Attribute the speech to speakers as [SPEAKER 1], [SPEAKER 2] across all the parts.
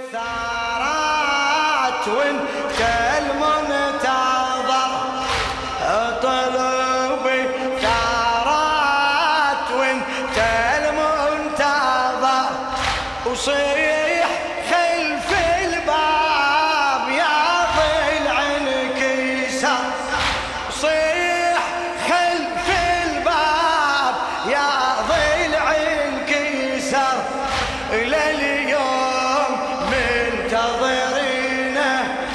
[SPEAKER 1] ثارات وانت المنتظر، طلبي ثارات وانت المنتظر، وصيح خلف الباب يا ضلع انكسر، صيح خلف الباب يا ضلع انكسر، لليوم منتظرينه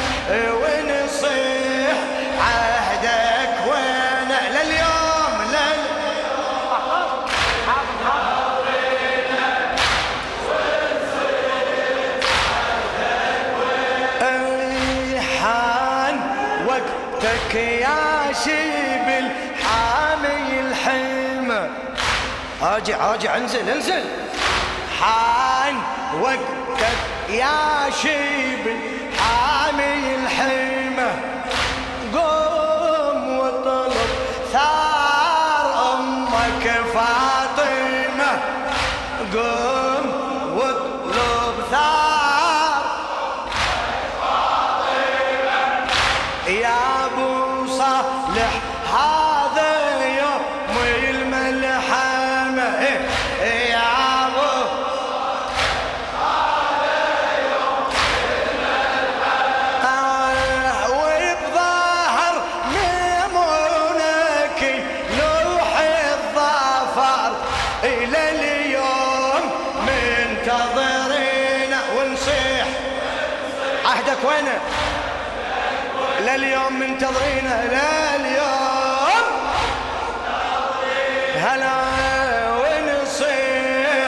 [SPEAKER 1] ونصيح عهدك وين، لليوم حان وقتك يا شيب الحامي الحمى، راجع انزل، حان وقتك يا شيب الحامي الحمى، قوم واطلب ثار امك فاطمه، قوم واطلب ثار يا ابو صالح، هذا يوم الملحمه، يا ابو وبظهر ميمونك لوح الظفر، الى اليوم منتظرين ونصيح عهدك وين، لليوم منتظرينه، لليوم هلا ونصيح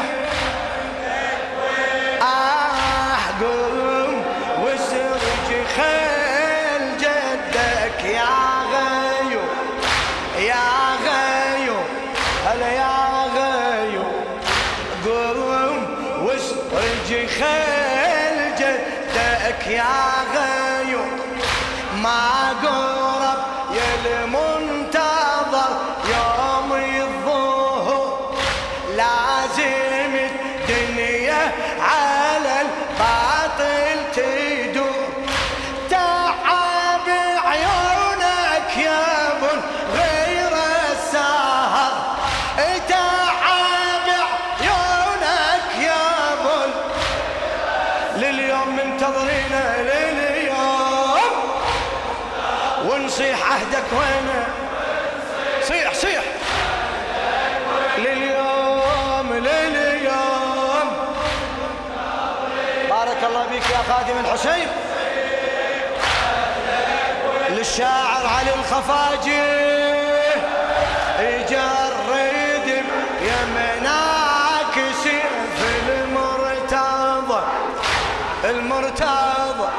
[SPEAKER 1] قوم وسرج خيل جدك يا غيو، يا غيو هلا يا غيو، قوم وسرج خيل جدك يا غيو، ما قرب يا المنتظر يوم الظهر، لازم الدنيا على الباطل تدور، تعب عيونك يا بن غير السهر، تعب عيونك يا بن، لليوم منتظرينه، لليوم ونصيح عهدك وين، صيح لليوم بارك الله بك يا خادم الحسين. للشاعر علي الخفاجي، يجرد بيمناك سيف المرتضى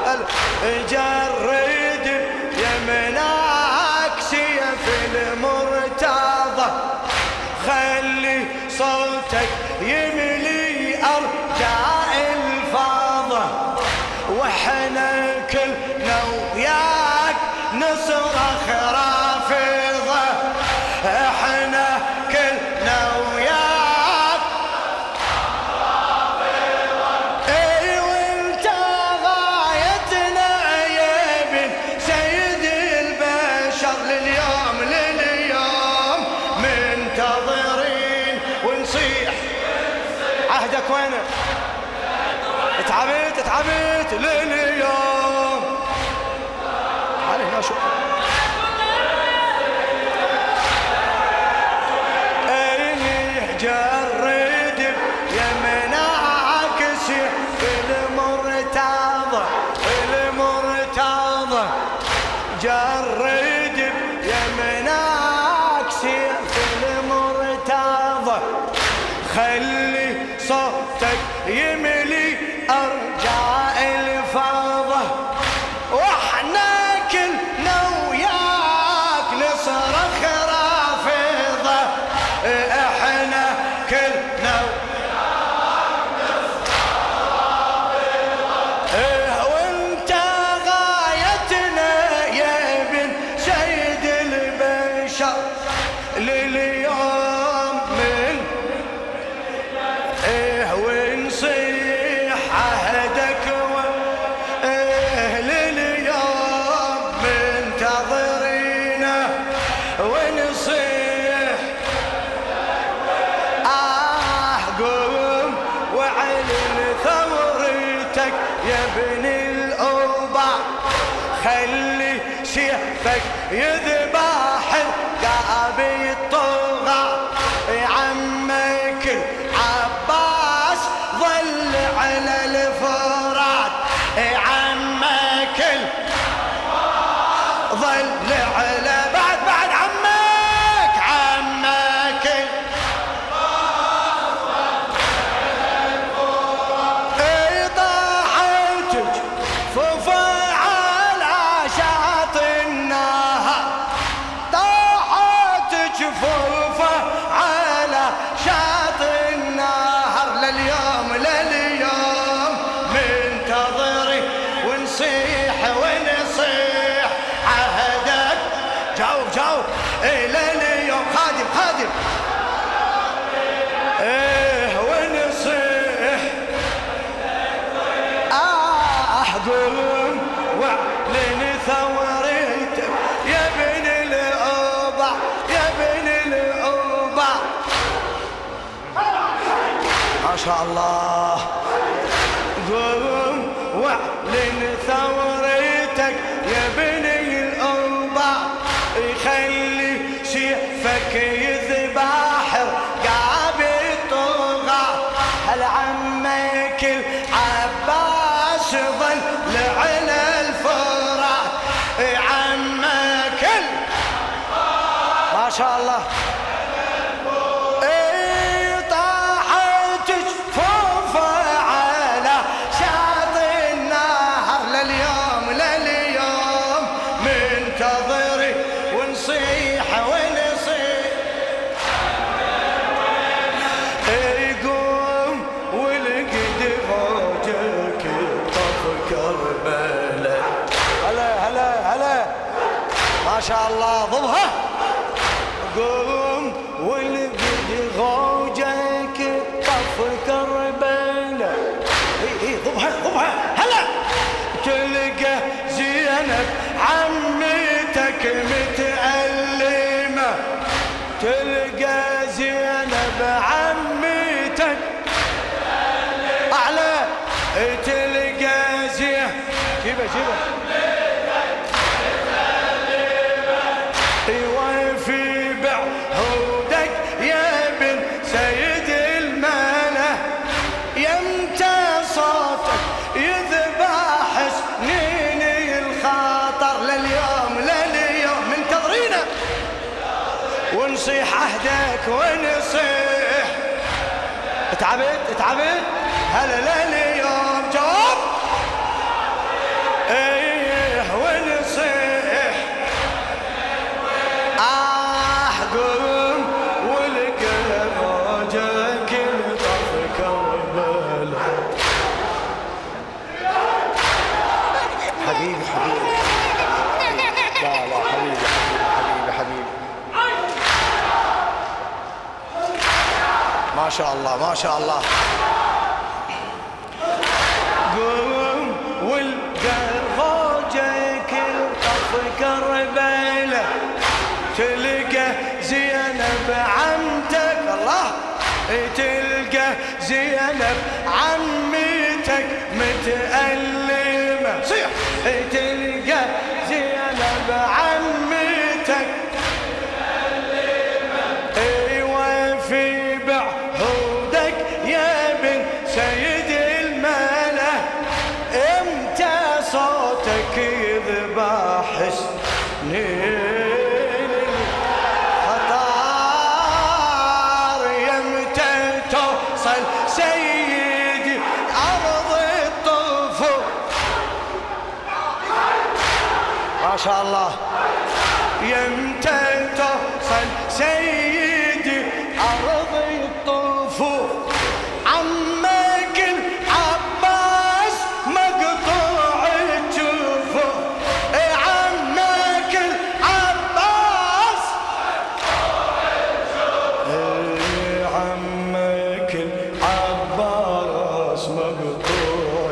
[SPEAKER 1] يجرد يمناك سيف المرتضى، خلي صوتك يملي أرجاء الفاضة، واحنا كلنا وياك نصرخ رافضة، احنا كلنا وياك رافضة، اي وانت غايتنا يا ابن سيد البشر، لليوم منتظرين ونصيح عهدك وين، اتعبت لليوم علينا شو جرد يمناك سيف المرتضى، جرد يمناك سيف المرتضى، خلي صوتك يملي أرجاء الفاضة، واحنا كلنا وياك نصرخ رافضة، احنا كلنا وياك نصرخ رافضة، وانت غايتنا يا ابن سيد البشر، لليوم من ونصيح عهدك
[SPEAKER 2] واعلن ثورتك يا ابن الأوبع، خلي سيفك يذبح القاب الطغى، عمك العباس ظل على الفرات، عمك ظل على بعد عمك طاحت جفوفه على شاطئ النهر، طاحت جفوفه على شاطئ النهر، لليوم منتظري ونصيح عهدك، جاوب الى اليوم خادم ونصيح قوم واعلن ثورتك يا ابن الأوبع، يا ابن الأوبع، ما شاء الله. قوم واعلن ثورتك يا ابن الأوبع، يخلي سيفك يذبح رقاب الطغى، هل عمك العباس ظل على الفرات، عمك ما شاء الله طاحت جفوفه على شاطئ النهر، لليوم منتظري ونصيح يقوم ولقد فوجك طف كربلاء، هلا ما شاء الله ضبها، قوم ولقد غوجك طف كربلاء، ضبها هلا، تلقى زينب عمتك متألمة، تلقى زينب عمتك أعلى، تلقى زينب جيبه يوفي بعهودك يا بن سيد الملا، يمتى صوتك يذبح سنين الخاطر، لليوم منتظرينا ونصيح عهدك ونصيح، تعبت هلا لليوم جواب ونصيح قوم ولقى فوجك طف كربلاء، حبيبي لا حبيبي ما شاء الله قوم والقى فوجك طف كربلاء، تلقى زينب عمتك الله، تلقى زينب عمتك متألمة، صيح تلقى زينب عمتك متألمة، وفي بعهودك يا بن سيد الملا، امتى صوتك يذبح سنين خطار، يمتى توصل سيدي أرض الطفو، ما شاء الله، يمتى توصل سيدي أرض الطفو، عمك العباس مقطوع الجفو، عمك العباس عمك العباس مقطوع،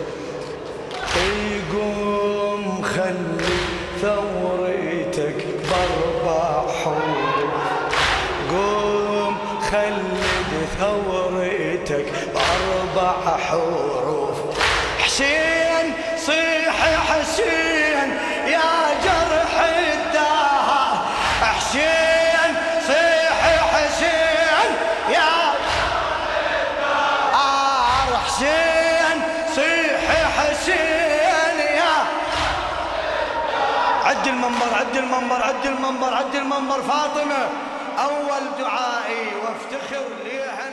[SPEAKER 2] يقوم خلي ثورتك باربع حور، قوم خلد ثورتك بأربع حروف. حسين صيح حسين يا جرح الدهر، حسين صيح حسين يا حسين صيح حسين يا. عد المنبر عد المنبر عد المنبر عد المنبر. فاطمة أول دعائي وافتخر ليها